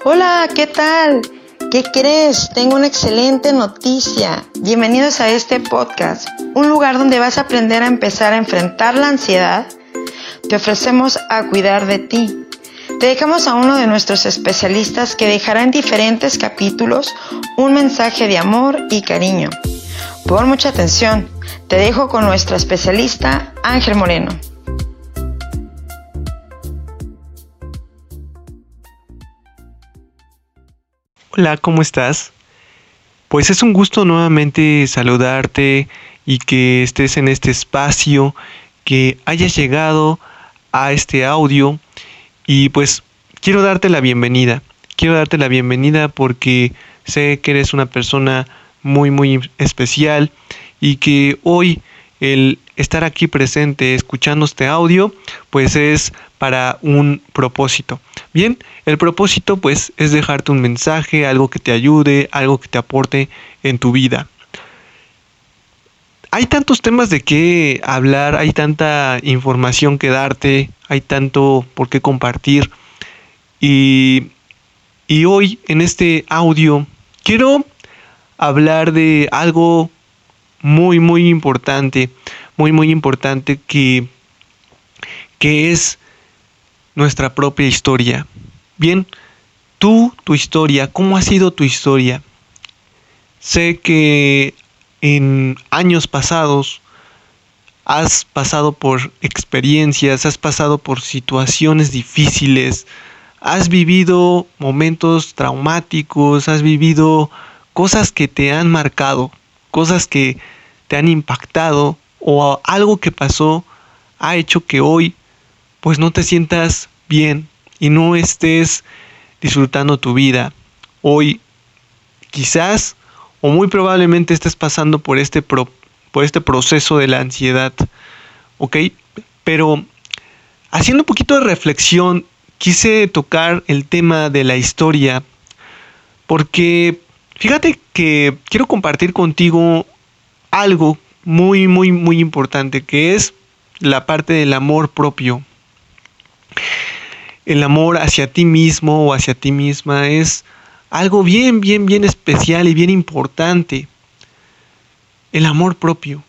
Hola, ¿qué tal? ¿Qué crees? Tengo una excelente noticia. Bienvenidos a este podcast, un lugar donde vas a aprender a empezar a enfrentar la ansiedad. Te ofrecemos a cuidar de ti. Te dejamos a uno de nuestros especialistas que dejará en diferentes capítulos un mensaje de amor y cariño. Pon mucha atención. Te dejo con nuestra especialista, Ángel Moreno. Hola, ¿cómo estás? Pues es un gusto nuevamente saludarte y que estés en este espacio, que hayas llegado a este audio y pues quiero darte la bienvenida. Quiero darte la bienvenida porque sé que eres una persona muy especial y que hoy el estar aquí presente escuchando este audio pues es para un propósito. Bien, el propósito pues es dejarte un mensaje, algo que te ayude, algo que te aporte en tu vida. Hay tantos temas de qué hablar, hay tanta información que darte, hay tanto por qué compartir. Y hoy en este audio quiero hablar de algo muy importante, muy importante que es nuestra propia historia. Bien, tu historia, ¿cómo ha sido tu historia? Sé que en años pasados has pasado por experiencias, has pasado por situaciones difíciles, has vivido momentos traumáticos, has vivido cosas que te han marcado, cosas que te han impactado o algo que pasó ha hecho que hoy pues no te sientas bien y no estés disfrutando tu vida. Hoy quizás o muy probablemente estés pasando por este proceso de la ansiedad, ¿ok? Pero haciendo un poquito de reflexión, quise tocar el tema de la historia porque fíjate que quiero compartir contigo algo muy importante, que es la parte del amor propio. El amor hacia ti mismo o hacia ti misma es algo bien especial y bien importante. El amor propio.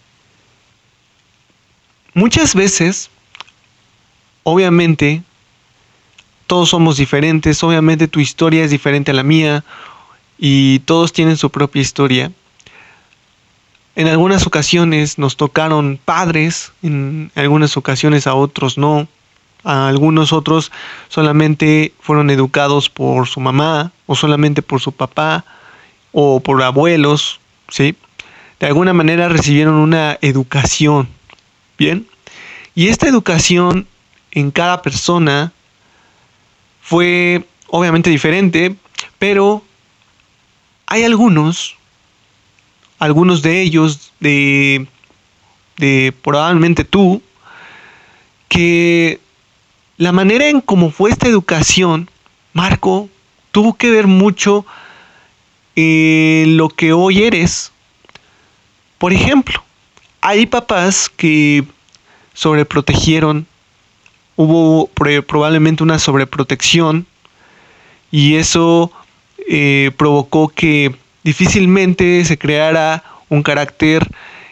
Muchas veces, obviamente, todos somos diferentes, obviamente tu historia es diferente a la mía y todos tienen su propia historia. En algunas ocasiones nos tocaron padres, en algunas ocasiones a otros no. A algunos otros solamente fueron educados por su mamá o solamente por su papá o por abuelos, ¿sí? De alguna manera recibieron una educación, ¿bien? Y esta educación en cada persona fue obviamente diferente, pero hay algunos de ellos, de probablemente tú, que la manera en cómo fue esta educación, Marco, tuvo que ver mucho en lo que hoy eres. Por ejemplo, hay papás que sobreprotegieron, hubo probablemente una sobreprotección y eso provocó que difícilmente se creara un carácter,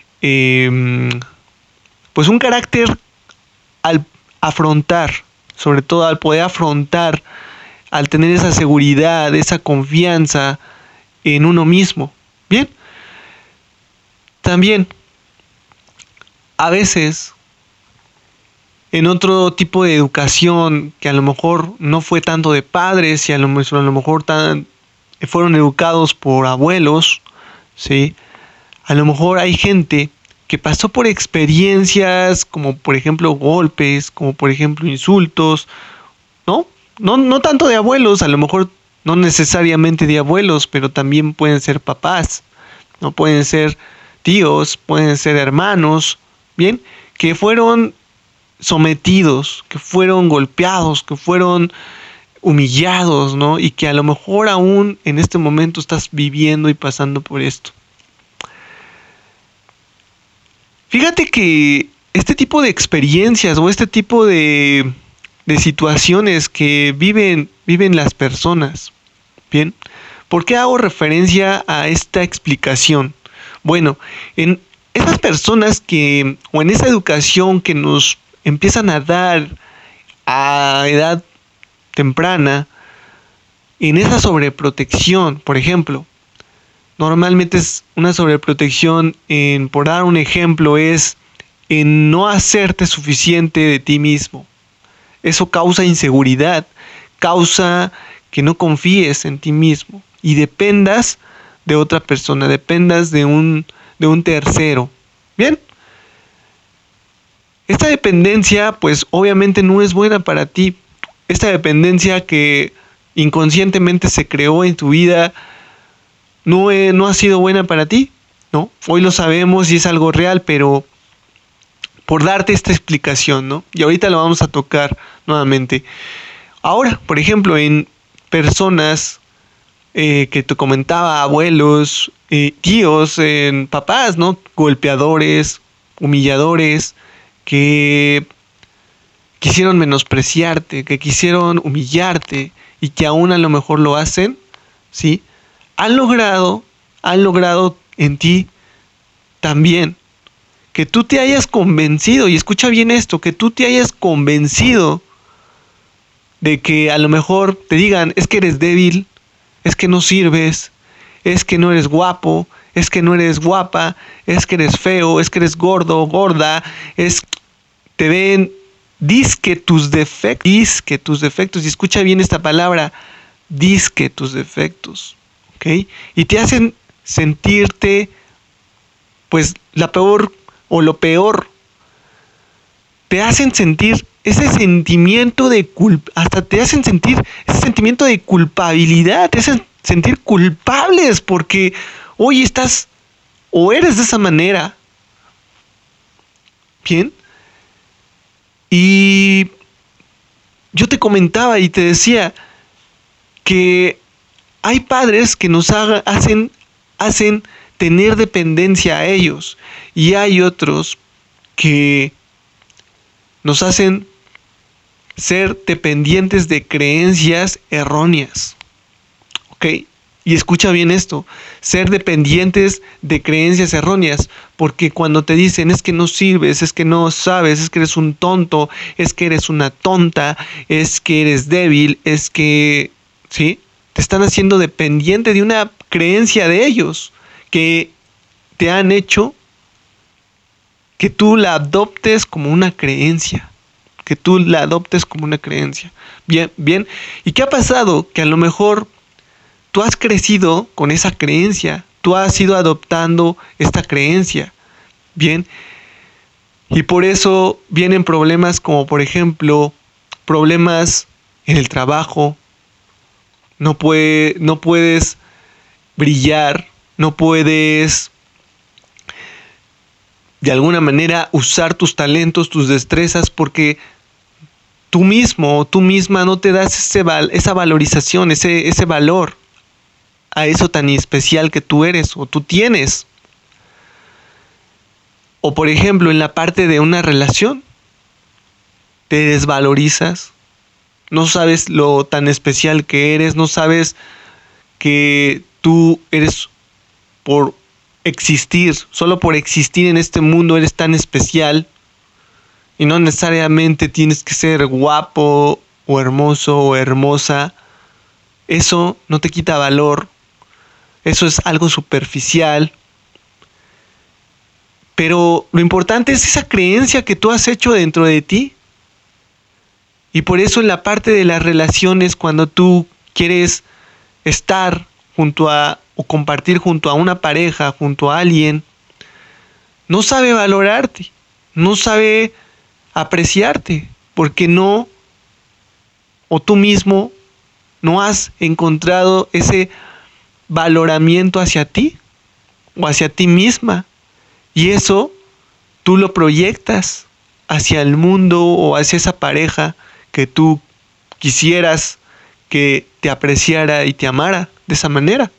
pues un carácter al afrontar, sobre todo al poder afrontar, al tener esa seguridad, esa confianza en uno mismo. Bien, también a veces en otro tipo de educación que a lo mejor no fue tanto de padres y a lo mejor fueron educados por abuelos, ¿sí? A lo mejor hay gente que pasó por experiencias como por ejemplo golpes, como por ejemplo insultos, ¿no? No tanto de abuelos, a lo mejor no necesariamente de abuelos, pero también pueden ser papás, ¿no? Pueden ser tíos, pueden ser hermanos, ¿bien? Que fueron sometidos, que fueron golpeados, que fueron humillados, ¿no? Y que a lo mejor aún en este momento estás viviendo y pasando por esto. Fíjate que este tipo de experiencias o este tipo de de situaciones que viven las personas. Bien, ¿por qué hago referencia a esta explicación? Bueno, en esas personas o en esa educación que nos empiezan a dar a edad temprana, en esa sobreprotección, por ejemplo, normalmente es una sobreprotección, por dar un ejemplo, es en no hacerte suficiente de ti mismo. Eso causa inseguridad, causa que no confíes en ti mismo y dependas de otra persona, dependas de un tercero. Bien, esta dependencia pues obviamente no es buena para ti. Esta dependencia que inconscientemente se creó en tu vida no ha sido buena para ti, ¿no? Hoy lo sabemos y es algo real, pero por darte esta explicación, ¿no? Y ahorita lo vamos a tocar nuevamente. Ahora, por ejemplo, en personas que te comentaba, abuelos, tíos, papás, ¿no? Golpeadores, humilladores, que quisieron menospreciarte, que quisieron humillarte y que aún a lo mejor lo hacen, ¿sí? Han logrado en ti también que tú te hayas convencido, y escucha bien esto, que tú te hayas convencido de que a lo mejor te digan, es que eres débil, es que no sirves, es que no eres guapo, es que no eres guapa, es que eres feo, es que eres gordo, gorda, te ven, dizque tus defectos, y escucha bien esta palabra, dizque tus defectos, ¿ok? Y te hacen sentirte, pues, la peor o lo peor. Te hacen sentir ese sentimiento de hasta te hacen sentir ese sentimiento de culpabilidad, te hacen sentir culpables porque hoy estás o eres de esa manera. Bien. Y yo te comentaba y te decía que hay padres que nos hacen tener dependencia a ellos, y hay otros que nos hacen ser dependientes de creencias erróneas. ¿Ok? Y escucha bien esto, ser dependientes de creencias erróneas, porque cuando te dicen es que no sirves, es que no sabes, es que eres un tonto, es que eres una tonta, es que eres débil, es que, ¿sí? Te están haciendo dependiente de una creencia de ellos, que te han hecho que tú la adoptes como una creencia, Bien, bien. ¿Y qué ha pasado? Que a lo mejor tú has crecido con esa creencia, tú has ido adoptando esta creencia, bien, y por eso vienen problemas como, por ejemplo, problemas en el trabajo. No puedes brillar, no puedes de alguna manera usar tus talentos, tus destrezas, porque tú mismo o tú misma no te das esa valorización, ese valor a eso tan especial que tú eres o tú tienes. O por ejemplo, en la parte de una relación, te desvalorizas, no sabes lo tan especial que eres, no sabes que tú eres solo por existir en este mundo eres tan especial, y no necesariamente tienes que ser guapo o hermoso o hermosa. Eso no te quita valor, eso es algo superficial, pero lo importante es esa creencia que tú has hecho dentro de ti. Y por eso en la parte de las relaciones, cuando tú quieres estar o compartir junto a una pareja, junto a alguien, no sabe valorarte, no sabe apreciarte, porque tú mismo no has encontrado ese valoramiento hacia ti o hacia ti misma, y eso tú lo proyectas hacia el mundo o hacia esa pareja que tú quisieras que te apreciara y te amara de esa manera.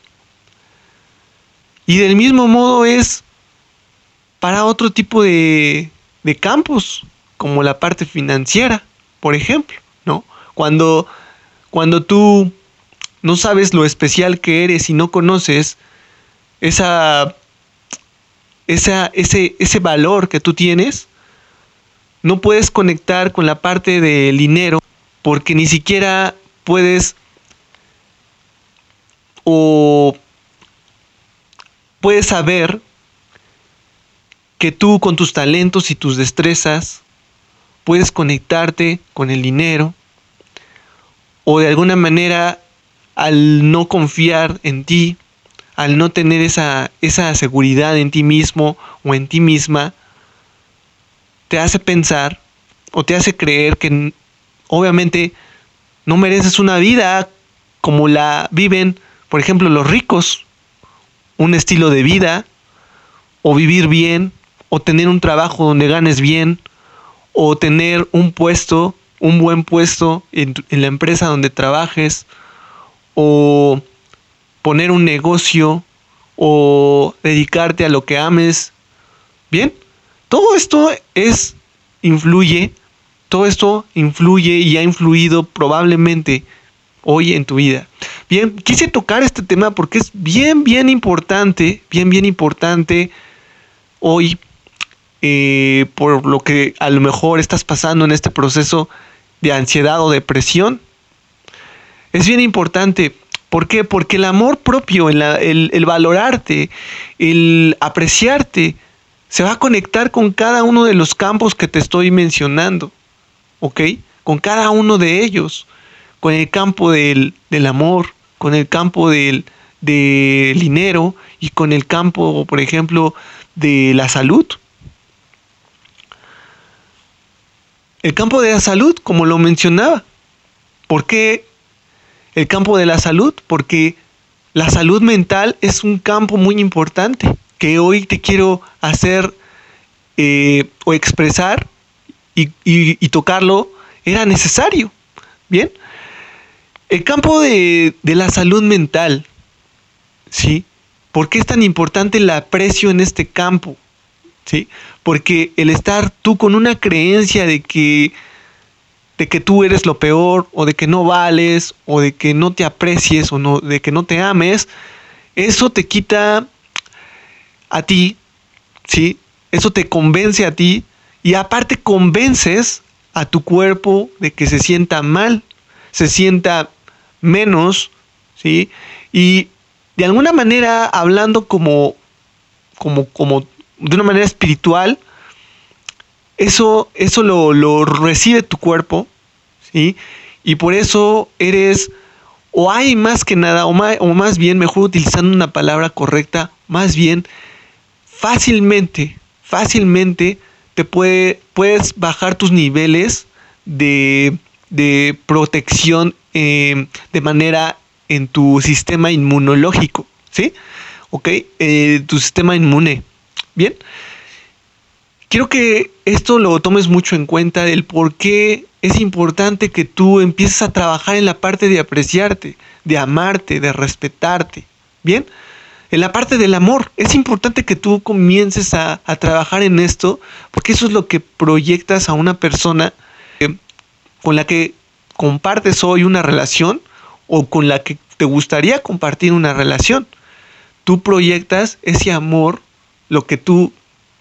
Y del mismo modo es para otro tipo de campos, como la parte financiera, por ejemplo, Cuando tú no sabes lo especial que eres y no conoces ese valor que tú tienes, no puedes conectar con la parte del dinero porque ni siquiera puedes saber que tú con tus talentos y tus destrezas puedes conectarte con el dinero, o de alguna manera al no confiar en ti, al no tener esa seguridad en ti mismo o en ti misma, te hace pensar o te hace creer que obviamente no mereces una vida como la viven, por ejemplo, los ricos, un estilo de vida, o vivir bien, o tener un trabajo donde ganes bien, o tener un buen puesto en la empresa donde trabajes, o poner un negocio, o dedicarte a lo que ames. Bien, todo esto influye y ha influido probablemente hoy en tu vida. Bien, quise tocar este tema porque es bien importante hoy, por lo que a lo mejor estás pasando en este proceso de ansiedad o depresión. Es bien importante. ¿Por qué? Porque el amor propio, el valorarte, el apreciarte, se va a conectar con cada uno de los campos que te estoy mencionando, ¿ok? Con cada uno de ellos, con el campo del amor, con el campo del dinero y con el campo, por ejemplo, de la salud. El campo de la salud, como lo mencionaba. ¿Por qué el campo de la salud? Porque la salud mental es un campo muy importante que hoy te quiero hacer o expresar y tocarlo. Era necesario. Bien, el campo de la salud mental, ¿sí? ¿Por qué es tan importante el aprecio en este campo? ¿Sí? Porque el estar tú con una creencia de que tú eres lo peor, o de que no vales, o de que no te aprecies, o no, de que no te ames, eso te quita a ti, ¿sí? Eso te convence a ti, y aparte convences a tu cuerpo de que se sienta mal, se sienta menos, ¿sí? Y de alguna manera, hablando como de una manera espiritual, eso lo recibe tu cuerpo, ¿sí? Y por eso eres, o hay más que nada, o más bien, mejor utilizando una palabra correcta, más bien fácilmente te puedes bajar tus niveles de protección de manera en tu sistema inmunológico, ¿sí? ¿Ok? Tu sistema inmune. Bien. Quiero que esto lo tomes mucho en cuenta, del por qué es importante que tú empieces a trabajar en la parte de apreciarte, de amarte, de respetarte. Bien. En la parte del amor, es importante que tú comiences a trabajar en esto, porque eso es lo que proyectas a una persona con la que compartes hoy una relación, o con la que te gustaría compartir una relación. Tú proyectas ese amor, lo que tú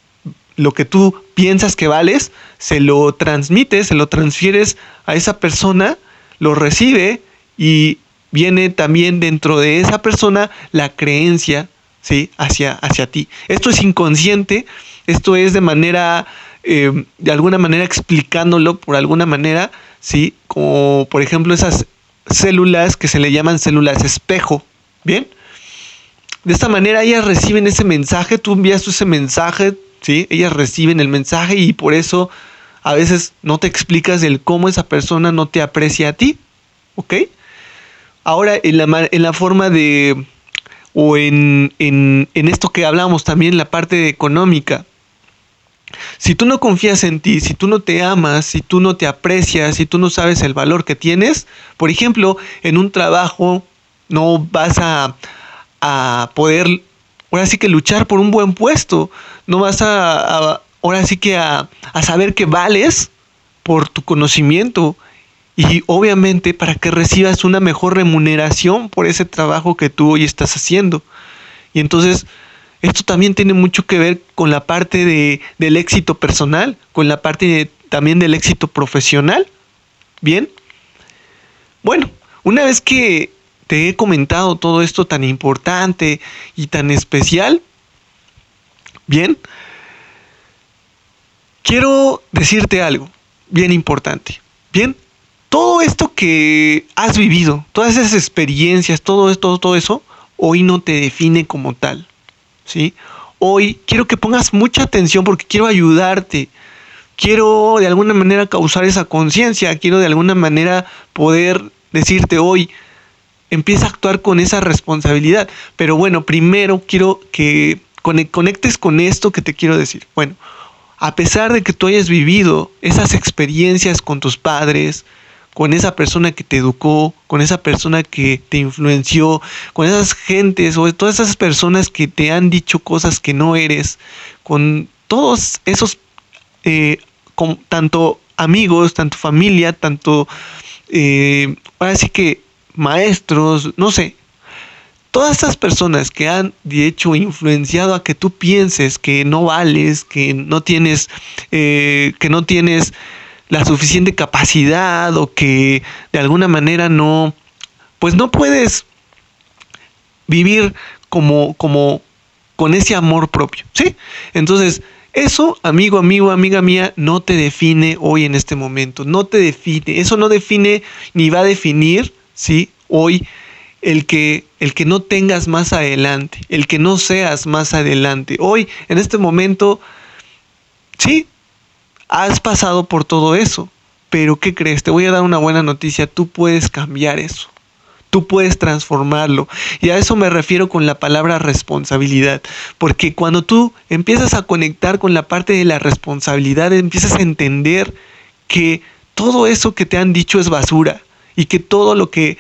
piensas que vales, se lo transmites, se lo transfieres a esa persona, lo recibe, y viene también dentro de esa persona la creencia, ¿sí? hacia ti. Esto es inconsciente, esto es de manera, de alguna manera explicándolo por alguna manera, ¿sí? Como por ejemplo esas células que se le llaman células espejo. Bien, de esta manera ellas reciben ese mensaje, tú envías ese mensaje, ¿sí? Ellas reciben el mensaje, y por eso a veces no te explicas del cómo esa persona no te aprecia a ti, ¿ok? Ahora, en la forma de, o en esto que hablamos también, la parte económica. Si tú no confías en ti, si tú no te amas, si tú no te aprecias, si tú no sabes el valor que tienes, por ejemplo, en un trabajo no vas a poder, ahora sí que luchar por un buen puesto, no vas ahora sí que a saber que vales por tu conocimiento y obviamente para que recibas una mejor remuneración por ese trabajo que tú hoy estás haciendo. Y entonces esto también tiene mucho que ver con la parte del éxito personal, con la parte también del éxito profesional. Bien, bueno, una vez que te he comentado todo esto tan importante y tan especial, bien, quiero decirte algo bien importante. Bien, todo esto que has vivido, todas esas experiencias, todo eso, hoy no te define como tal, ¿sí? Hoy quiero que pongas mucha atención porque quiero ayudarte. Quiero de alguna manera causar esa conciencia. Quiero de alguna manera poder decirte hoy, empieza a actuar con esa responsabilidad. Pero bueno, primero quiero que conectes con esto que te quiero decir. Bueno, a pesar de que tú hayas vivido esas experiencias con tus padres, con esa persona que te educó, con esa persona que te influenció, con esas gentes o todas esas personas que te han dicho cosas que no eres, con todos esos, tanto amigos, tanto familia, tanto, ahora sí que maestros, no sé, todas estas personas que han de hecho influenciado a que tú pienses que no vales, que no tienes la suficiente capacidad o que de alguna manera no puedes vivir como con ese amor propio, ¿sí? Entonces, eso, amigo, amiga mía, no te define hoy en este momento, no te define, eso no define ni va a definir, ¿sí? Hoy el que no tengas más adelante, el que no seas más adelante. Hoy, en este momento, sí, has pasado por todo eso, pero ¿qué crees? Te voy a dar una buena noticia, tú puedes cambiar eso. Tú puedes transformarlo. Y a eso me refiero con la palabra responsabilidad. Porque cuando tú empiezas a conectar con la parte de la responsabilidad, empiezas a entender que todo eso que te han dicho es basura. Y que todo lo que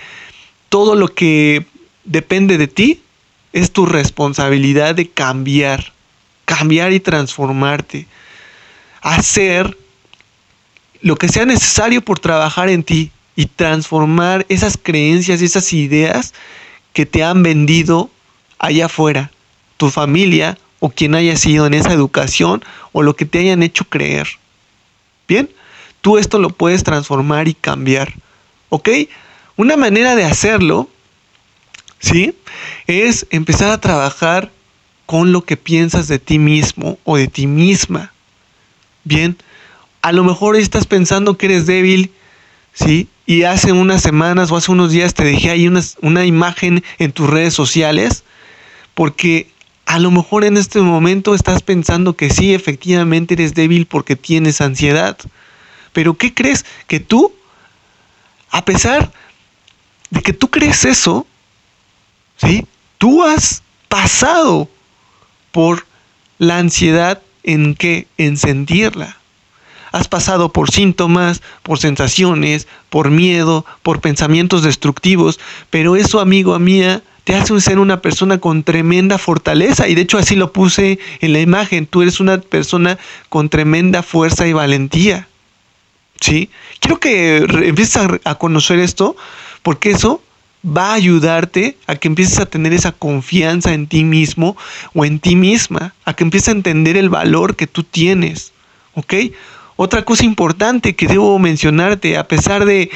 depende de ti es tu responsabilidad de cambiar y transformarte. Hacer lo que sea necesario por trabajar en ti y transformar esas creencias y esas ideas que te han vendido allá afuera, tu familia o quien haya sido en esa educación o lo que te hayan hecho creer. Bien, tú esto lo puedes transformar y cambiar, ¿ok? Una manera de hacerlo, ¿sí? Es empezar a trabajar con lo que piensas de ti mismo o de ti misma. Bien, a lo mejor estás pensando que eres débil, ¿sí? Y hace unas semanas o hace unos días te dejé ahí una imagen en tus redes sociales, porque a lo mejor en este momento estás pensando que sí, efectivamente eres débil porque tienes ansiedad. Pero ¿qué crees? Que tú, a pesar de que tú crees eso, ¿sí? Tú has pasado por la ansiedad en sentirla. Has pasado por síntomas, por sensaciones, por miedo, por pensamientos destructivos, pero eso, amigo, amiga, te hace ser una persona con tremenda fortaleza, y de hecho así lo puse en la imagen. Tú eres una persona con tremenda fuerza y valentía, ¿sí? Quiero que empieces a conocer esto, porque eso va a ayudarte a que empieces a tener esa confianza en ti mismo o en ti misma, a que empieces a entender el valor que tú tienes, ¿ok? Otra cosa importante que debo mencionarte, a pesar de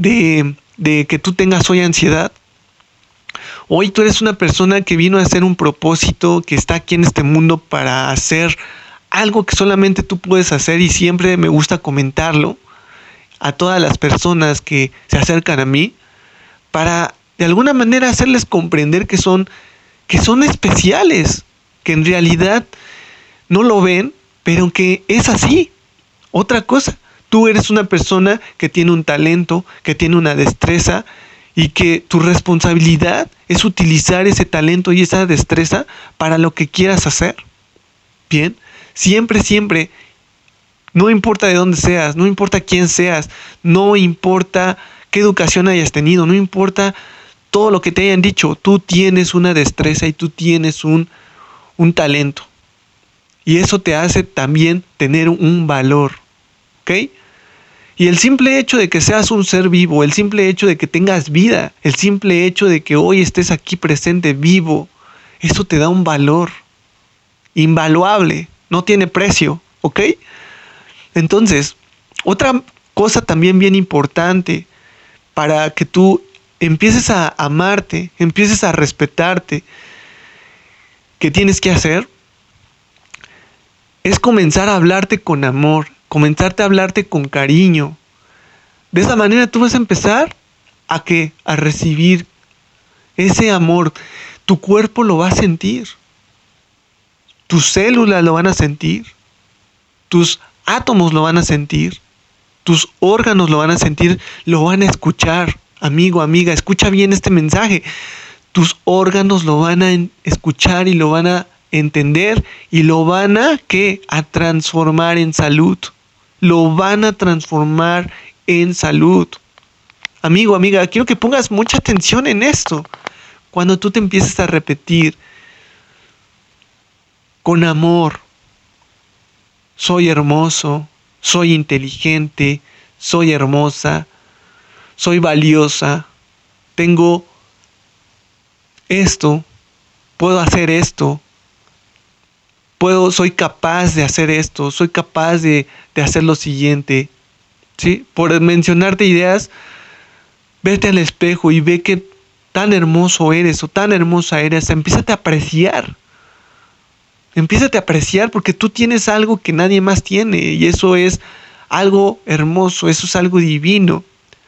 que tú tengas hoy ansiedad, hoy tú eres una persona que vino a hacer un propósito, que está aquí en este mundo para hacer algo que solamente tú puedes hacer, y siempre me gusta comentarlo a todas las personas que se acercan a mí, para de alguna manera hacerles comprender que son especiales, que en realidad no lo ven, pero que es así. Otra cosa, tú eres una persona que tiene un talento, que tiene una destreza, y que tu responsabilidad es utilizar ese talento y esa destreza para lo que quieras hacer. Bien, siempre, no importa de dónde seas, no importa quién seas, no importa qué educación hayas tenido, no importa todo lo que te hayan dicho, tú tienes una destreza y tú tienes un talento. Y eso te hace también tener un valor, ¿ok? Y el simple hecho de que seas un ser vivo, el simple hecho de que tengas vida, el simple hecho de que hoy estés aquí presente vivo, eso te da un valor invaluable, no tiene precio, ¿ok? Entonces, otra cosa también bien importante para que tú empieces a amarte, empieces a respetarte, ¿qué tienes que hacer? Es comenzar a hablarte con amor, comenzarte a hablarte con cariño. De esa manera tú vas a empezar a recibir ese amor. Tu cuerpo lo va a sentir, tus células lo van a sentir, tus átomos lo van a sentir, tus órganos lo van a sentir, lo van a escuchar. Amigo, amiga, escucha bien este mensaje. Tus órganos lo van a escuchar y lo van a entender y lo van a transformar en salud. Lo van a transformar en salud. Amigo, amiga, quiero que pongas mucha atención en esto. Cuando tú te empieces a repetir con amor, soy hermoso, soy inteligente, soy hermosa, soy valiosa, tengo esto, puedo hacer esto, soy capaz de hacer esto, soy capaz de hacer lo siguiente, ¿sí? Por mencionarte ideas, vete al espejo y ve que tan hermoso eres o tan hermosa eres, empiézate a apreciar. Empiézate a apreciar porque tú tienes algo que nadie más tiene y eso es algo hermoso, eso es algo divino.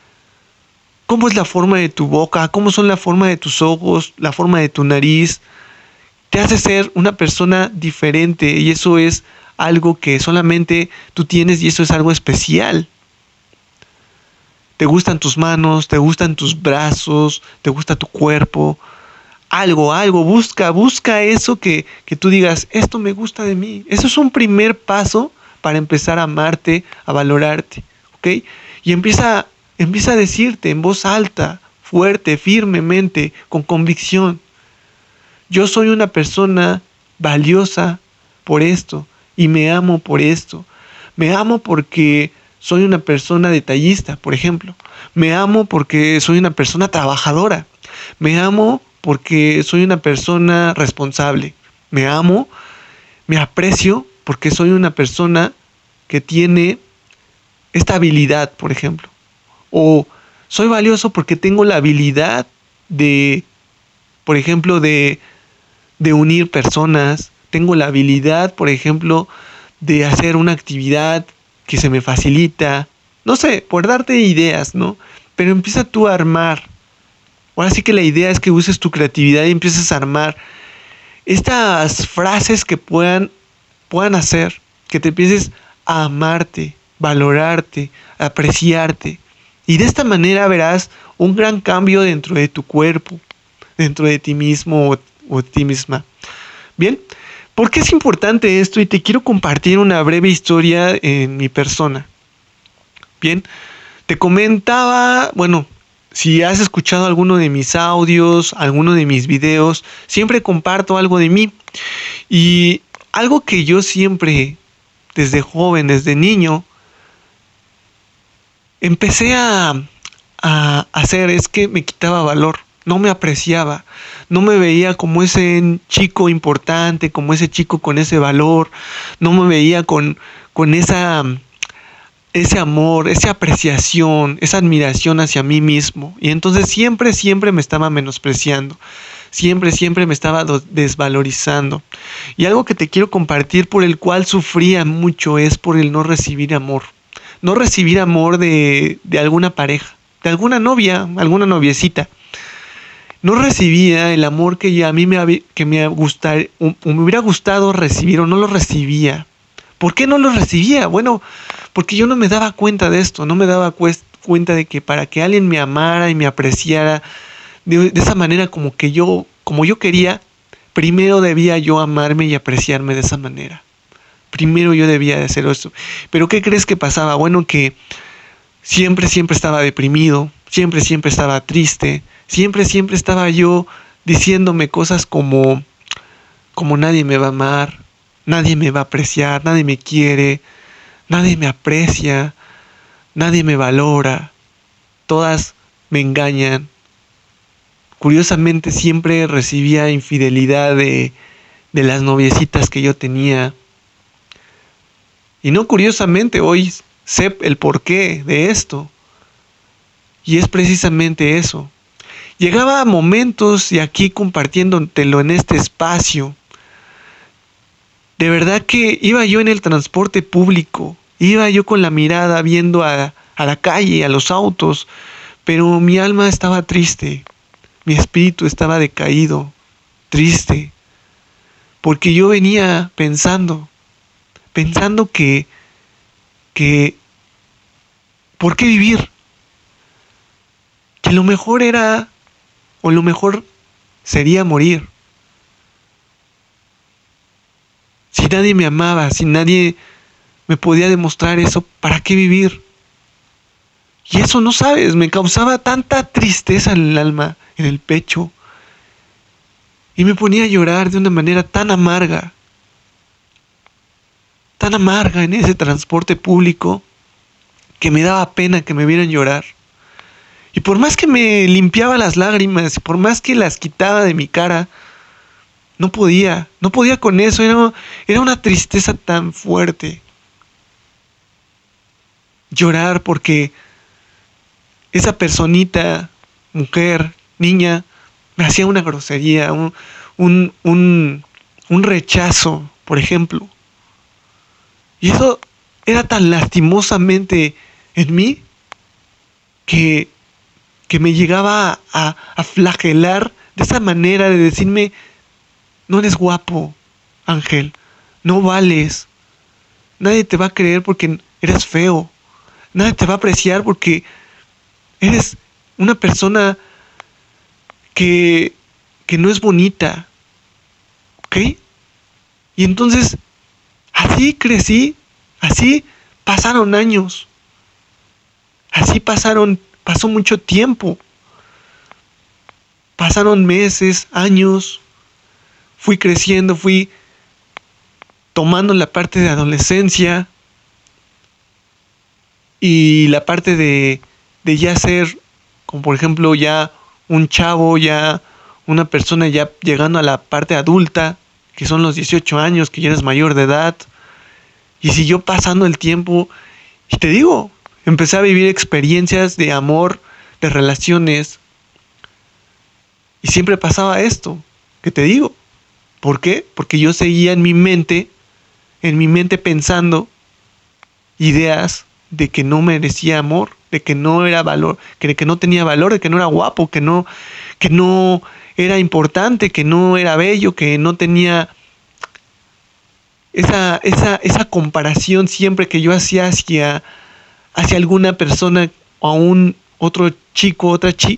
¿Cómo es la forma de tu boca? ¿Cómo son la forma de tus ojos? ¿La forma de tu nariz? Te hace ser una persona diferente y eso es algo que solamente tú tienes y eso es algo especial. ¿Te gustan tus manos? ¿Te gustan tus brazos? ¿Te gusta tu cuerpo? Algo, busca eso que tú digas, esto me gusta de mí. Eso es un primer paso para empezar a amarte, a valorarte, ¿ok? Y empieza a decirte en voz alta, fuerte, firmemente, con convicción. Yo soy una persona valiosa por esto y me amo por esto. Me amo porque soy una persona detallista, por ejemplo. Me amo porque soy una persona trabajadora. Me amo porque soy una persona responsable. Me amo, me aprecio porque soy una persona que tiene esta habilidad, por ejemplo. O soy valioso porque tengo la habilidad de, por ejemplo, de unir personas. Tengo la habilidad, por ejemplo, de hacer una actividad que se me facilita. No sé, por darte ideas, ¿no? Pero empieza tú a armar. Ahora sí que la idea es que uses tu creatividad y empieces a armar estas frases que puedan hacer que te empieces a amarte, valorarte, apreciarte. Y de esta manera verás un gran cambio dentro de tu cuerpo, dentro de ti mismo o ti misma. Bien, ¿por qué es importante esto? Y te quiero compartir una breve historia en mi persona. Bien, te comentaba, bueno, si has escuchado alguno de mis audios, alguno de mis videos, siempre comparto algo de mí. Y algo que yo siempre, desde joven, desde niño, empecé a hacer es que me quitaba valor. No me apreciaba, no me veía como ese chico importante, como ese chico con ese valor, no me veía con ese amor, esa apreciación, esa admiración hacia mí mismo. Y entonces siempre me estaba menospreciando, siempre me estaba desvalorizando. Y algo que te quiero compartir por el cual sufría mucho es por el no recibir amor. No recibir amor de alguna pareja, de alguna novia, alguna noviecita. No recibía el amor que a mí me hubiera gustado recibir o no lo recibía. ¿Por qué no lo recibía? Bueno, porque yo no me daba cuenta de esto, no me daba cuenta de que para que alguien me amara y me apreciara de esa manera como yo quería, primero debía yo amarme y apreciarme de esa manera. Primero yo debía de hacer eso. Pero ¿qué crees que pasaba? Bueno, que siempre estaba deprimido, siempre estaba triste, siempre estaba yo diciéndome cosas como nadie me va a amar, nadie me va a apreciar, nadie me quiere, nadie me aprecia, nadie me valora, todas me engañan. Curiosamente siempre recibía infidelidad de las noviecitas que yo tenía. Y no curiosamente, hoy sé el porqué de esto. Y es precisamente eso. Llegaba a momentos, y aquí compartiéndotelo en este espacio, de verdad que iba yo en el transporte público, iba yo con la mirada viendo a la calle, a los autos, pero mi alma estaba triste, mi espíritu estaba decaído, triste, porque yo venía pensando que ¿por qué vivir? Que lo mejor era, o lo mejor sería morir. Si nadie me amaba, si nadie me podía demostrar eso, ¿para qué vivir? Y eso, no sabes, me causaba tanta tristeza en el alma, en el pecho, y me ponía a llorar de una manera tan amarga en ese transporte público, que me daba pena que me vieran llorar. Y por más que me limpiaba las lágrimas, por más que las quitaba de mi cara, no podía con eso, era una tristeza tan fuerte. Llorar porque esa personita, mujer, niña, me hacía una grosería, un rechazo, por ejemplo. Y eso era tan lastimosamente en mí que me llegaba a flagelar de esa manera de decirme: no eres guapo, Ángel, no vales, nadie te va a creer porque eres feo, nadie te va a apreciar porque eres una persona que no es bonita, ¿ok? Y entonces, así crecí, así pasaron años, pasó mucho tiempo, pasaron meses, años, fui creciendo, fui tomando la parte de adolescencia y la parte de ya ser, como por ejemplo, ya un chavo, ya una persona ya llegando a la parte adulta, que son los 18 años, que ya eres mayor de edad. Y siguió pasando el tiempo, y te digo, empecé a vivir experiencias de amor, de relaciones, y siempre pasaba esto, que te digo. ¿Por qué? Porque yo seguía en mi mente pensando ideas de que no merecía amor, de que no era valor, de que no tenía valor, de que no era guapo, que no era importante, que no era bello, que no tenía esa comparación siempre que yo hacía hacia alguna persona o otro chico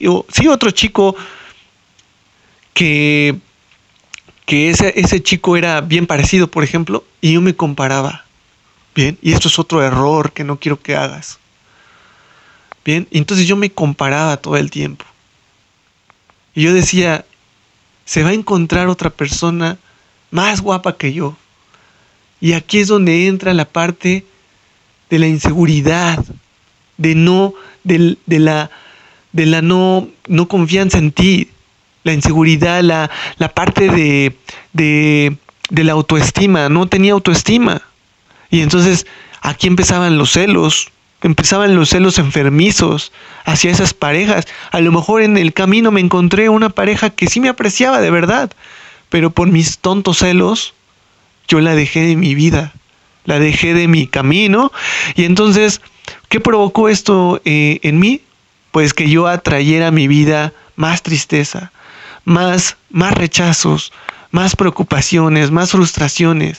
que ese chico era bien parecido, por ejemplo, y yo me comparaba. Bien, y esto es otro error que no quiero que hagas. Bien, y entonces yo me comparaba todo el tiempo. Y yo decía, se va a encontrar otra persona más guapa que yo. Y aquí es donde entra la parte de la inseguridad, de la no confianza en ti, la inseguridad, la parte de la autoestima. No tenía autoestima. Y entonces aquí empezaban los celos enfermizos hacia esas parejas. A lo mejor en el camino me encontré una pareja que sí me apreciaba de verdad, pero por mis tontos celos yo la dejé de mi vida, la dejé de mi camino. Y entonces, ¿qué provocó esto en mí? Pues que yo atrayera a mi vida más tristeza, más rechazos, más preocupaciones, más frustraciones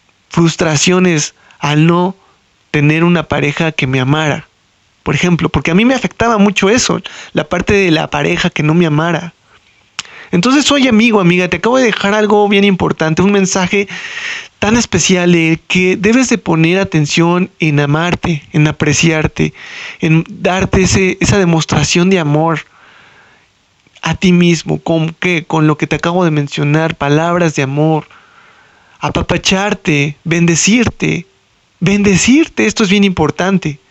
al no tener una pareja que me amara, por ejemplo, porque a mí me afectaba mucho eso, la parte de la pareja que no me amara. Entonces, oye, amigo, amiga, te acabo de dejar algo bien importante, un mensaje tan especial de que debes de poner atención en amarte, en apreciarte, en darte esa demostración de amor a ti mismo. ¿Con qué? Con lo que te acabo de mencionar, palabras de amor, apapacharte, bendecirte, esto es bien importante,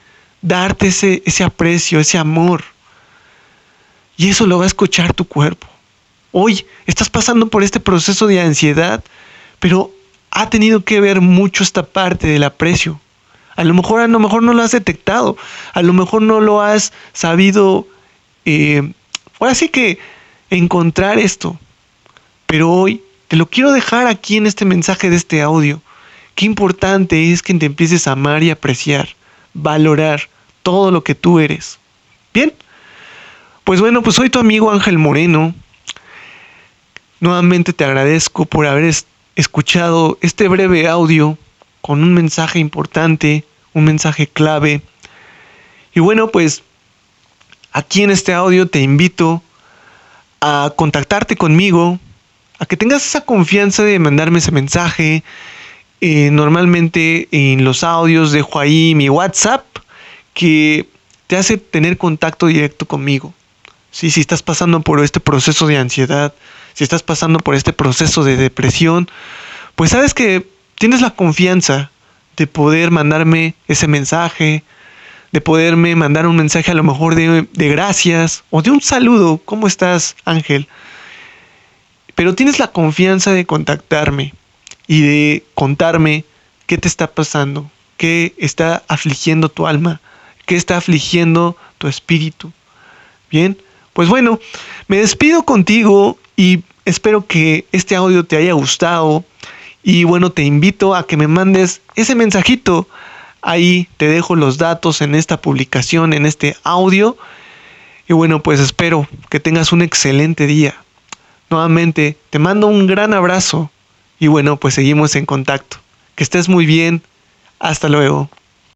darte ese aprecio, ese amor. Y eso lo va a escuchar tu cuerpo. Hoy estás pasando por este proceso de ansiedad, pero ha tenido que ver mucho esta parte del aprecio. A lo mejor no lo has detectado, a lo mejor no lo has sabido, ahora sí que encontrar esto. Pero hoy te lo quiero dejar aquí en este mensaje de este audio. Qué importante es que te empieces a amar y apreciar, valorar todo lo que tú eres. Bien, pues bueno, pues soy tu amigo Ángel Moreno. Nuevamente te agradezco por haber escuchado este breve audio con un mensaje importante, un mensaje clave. Y bueno, pues aquí en este audio te invito a contactarte conmigo, a que tengas esa confianza de mandarme ese mensaje. Normalmente en los audios dejo ahí mi WhatsApp que te hace tener contacto directo conmigo. Sí, si estás pasando por este proceso de ansiedad, si estás pasando por este proceso de depresión, pues sabes que tienes la confianza de poder mandarme ese mensaje, de poderme mandar un mensaje a lo mejor de gracias o de un saludo. ¿Cómo estás, Ángel? Pero tienes la confianza de contactarme y de contarme qué te está pasando, qué está afligiendo tu alma, qué está afligiendo tu espíritu. Bien, pues bueno, me despido contigo y espero que este audio te haya gustado. Y bueno, te invito a que me mandes ese mensajito. Ahí te dejo los datos en esta publicación, en este audio. Y bueno, pues espero que tengas un excelente día. Nuevamente, te mando un gran abrazo. Y bueno, pues seguimos en contacto. Que estés muy bien. Hasta luego.